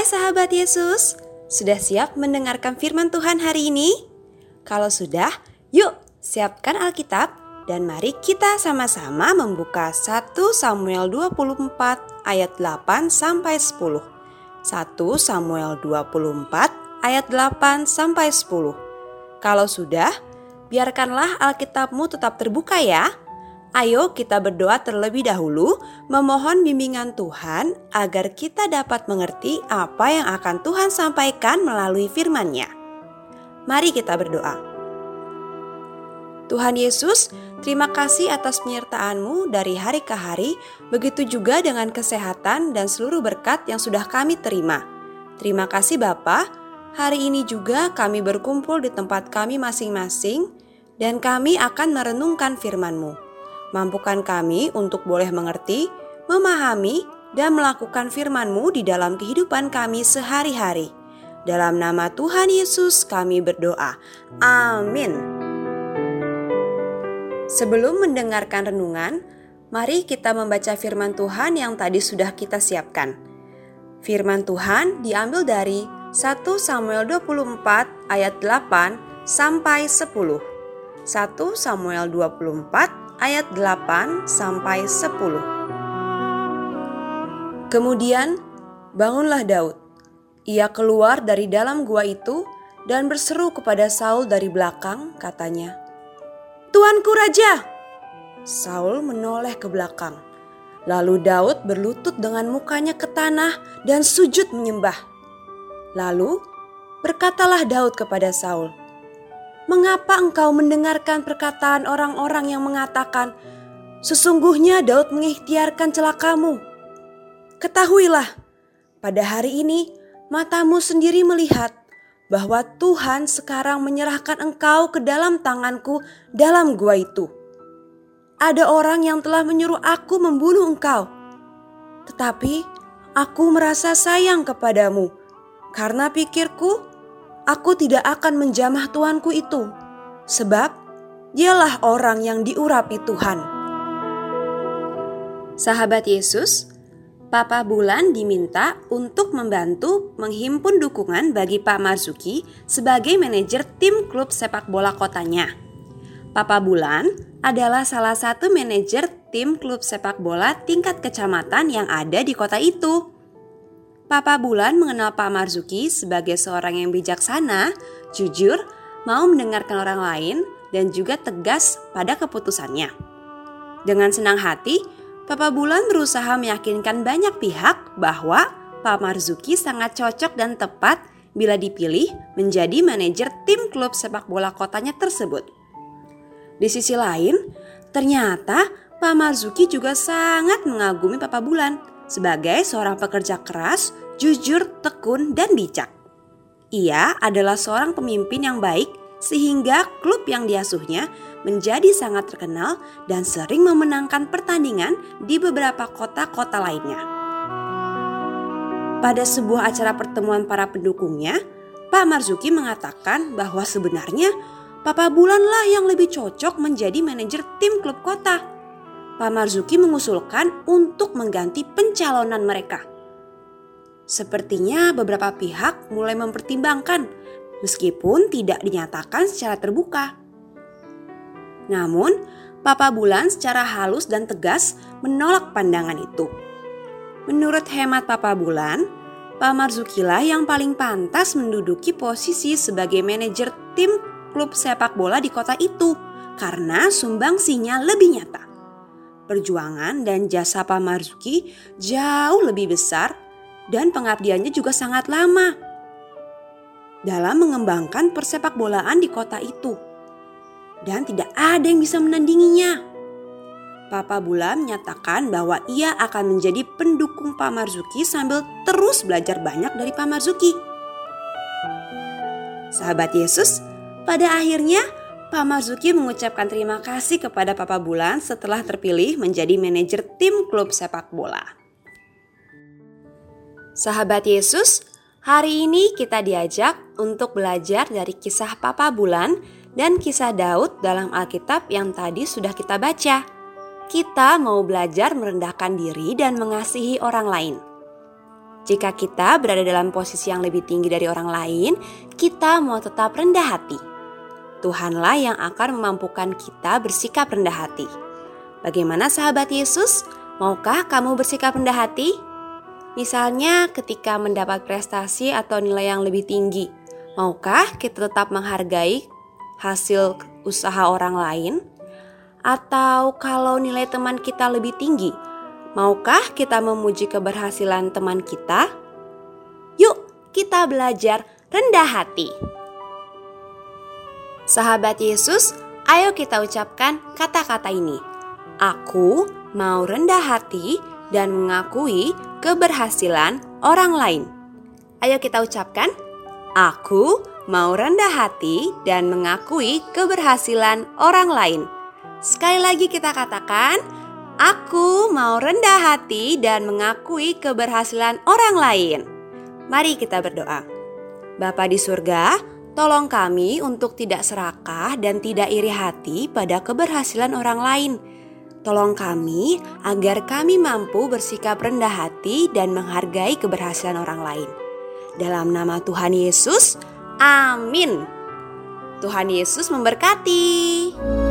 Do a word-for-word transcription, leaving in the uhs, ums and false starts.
sahabat Yesus, sudah siap mendengarkan firman Tuhan hari ini? Kalau sudah, yuk siapkan Alkitab dan mari kita sama-sama membuka satu Samuel dua puluh empat ayat delapan sampai sepuluh. satu Samuel dua puluh empat ayat delapan sampai sepuluh. Kalau sudah, biarkanlah Alkitabmu tetap terbuka ya. Ayo kita berdoa terlebih dahulu, memohon bimbingan Tuhan agar kita dapat mengerti apa yang akan Tuhan sampaikan melalui firman-Nya. Mari kita berdoa. Tuhan Yesus, terima kasih atas penyertaan-Mu dari hari ke hari, begitu juga dengan kesehatan dan seluruh berkat yang sudah kami terima. Terima kasih Bapa, hari ini juga kami berkumpul di tempat kami masing-masing dan kami akan merenungkan firman-Mu. Mampukan kami untuk boleh mengerti, memahami, dan melakukan firman-Mu di dalam kehidupan kami sehari-hari. Dalam nama Tuhan Yesus kami berdoa. Amin. Sebelum mendengarkan renungan, mari kita membaca firman Tuhan yang tadi sudah kita siapkan. Firman Tuhan diambil dari satu Samuel dua puluh empat ayat delapan sampai sepuluh. satu Samuel dua puluh empat ayat delapan sampai sepuluh. Kemudian bangunlah Daud. Ia keluar dari dalam gua itu dan berseru kepada Saul dari belakang, katanya, "Tuanku Raja!" Saul menoleh ke belakang. Lalu Daud berlutut dengan mukanya ke tanah dan sujud menyembah. Lalu berkatalah Daud kepada Saul, "Mengapa engkau mendengarkan perkataan orang-orang yang mengatakan, sesungguhnya Daud mengikhtiarkan celakamu? Ketahuilah, pada hari ini matamu sendiri melihat bahwa Tuhan sekarang menyerahkan engkau ke dalam tanganku dalam gua itu. Ada orang yang telah menyuruh aku membunuh engkau. Tetapi aku merasa sayang kepadamu, karena pikirku, aku tidak akan menjamah tuanku itu, sebab dialah orang yang diurapi Tuhan." Sahabat Yesus, Papa Bulan diminta untuk membantu menghimpun dukungan bagi Pak Marzuki sebagai manajer tim klub sepak bola kotanya. Papa Bulan adalah salah satu manajer tim klub sepak bola tingkat kecamatan yang ada di kota itu. Papa Bulan mengenal Pak Marzuki sebagai seorang yang bijaksana, jujur, mau mendengarkan orang lain, dan juga tegas pada keputusannya. Dengan senang hati, Papa Bulan berusaha meyakinkan banyak pihak bahwa Pak Marzuki sangat cocok dan tepat bila dipilih menjadi manajer tim klub sepak bola kotanya tersebut. Di sisi lain, ternyata Pak Marzuki juga sangat mengagumi Papa Bulan sebagai seorang pekerja keras, jujur, tekun, dan bijak. Ia adalah seorang pemimpin yang baik sehingga klub yang diasuhnya menjadi sangat terkenal dan sering memenangkan pertandingan di beberapa kota-kota lainnya. Pada sebuah acara pertemuan para pendukungnya, Pak Marzuki mengatakan bahwa sebenarnya Papa Bulanlah yang lebih cocok menjadi manajer tim klub kota. Pak Marzuki mengusulkan untuk mengganti pencalonan mereka. Sepertinya beberapa pihak mulai mempertimbangkan meskipun tidak dinyatakan secara terbuka. Namun, Papa Bulan secara halus dan tegas menolak pandangan itu. Menurut hemat Papa Bulan, Pak Marzukilah yang paling pantas menduduki posisi sebagai manajer tim klub sepak bola di kota itu karena sumbangsinya lebih nyata. Perjuangan dan jasa Pak Marzuki jauh lebih besar dan pengabdiannya juga sangat lama dalam mengembangkan persepak bolaan di kota itu. Dan tidak ada yang bisa menandinginya. Papa Bulan menyatakan bahwa ia akan menjadi pendukung Pak Marzuki sambil terus belajar banyak dari Pak Marzuki. Sahabat Yesus, pada akhirnya Pak Marzuki mengucapkan terima kasih kepada Papa Bulan setelah terpilih menjadi manajer tim klub sepak bola. Sahabat Yesus, hari ini kita diajak untuk belajar dari kisah Papa Bulan dan kisah Daud dalam Alkitab yang tadi sudah kita baca. Kita mau belajar merendahkan diri dan mengasihi orang lain. Jika kita berada dalam posisi yang lebih tinggi dari orang lain, kita mau tetap rendah hati. Tuhanlah yang akan memampukan kita bersikap rendah hati. Bagaimana sahabat Yesus? Maukah kamu bersikap rendah hati? Misalnya ketika mendapat prestasi atau nilai yang lebih tinggi, maukah kita tetap menghargai hasil usaha orang lain? Atau kalau nilai teman kita lebih tinggi, maukah kita memuji keberhasilan teman kita? Yuk, kita belajar rendah hati. Sahabat Yesus, ayo kita ucapkan kata-kata ini. Aku mau rendah hati dan mengakui keberhasilan orang lain. Ayo kita ucapkan. Aku mau rendah hati dan mengakui keberhasilan orang lain. Sekali lagi kita katakan. Aku mau rendah hati dan mengakui keberhasilan orang lain. Mari kita berdoa. Bapa di surga, tolong kami untuk tidak serakah dan tidak iri hati pada keberhasilan orang lain. Tolong kami agar kami mampu bersikap rendah hati dan menghargai keberhasilan orang lain. Dalam nama Tuhan Yesus, amin. Tuhan Yesus memberkati.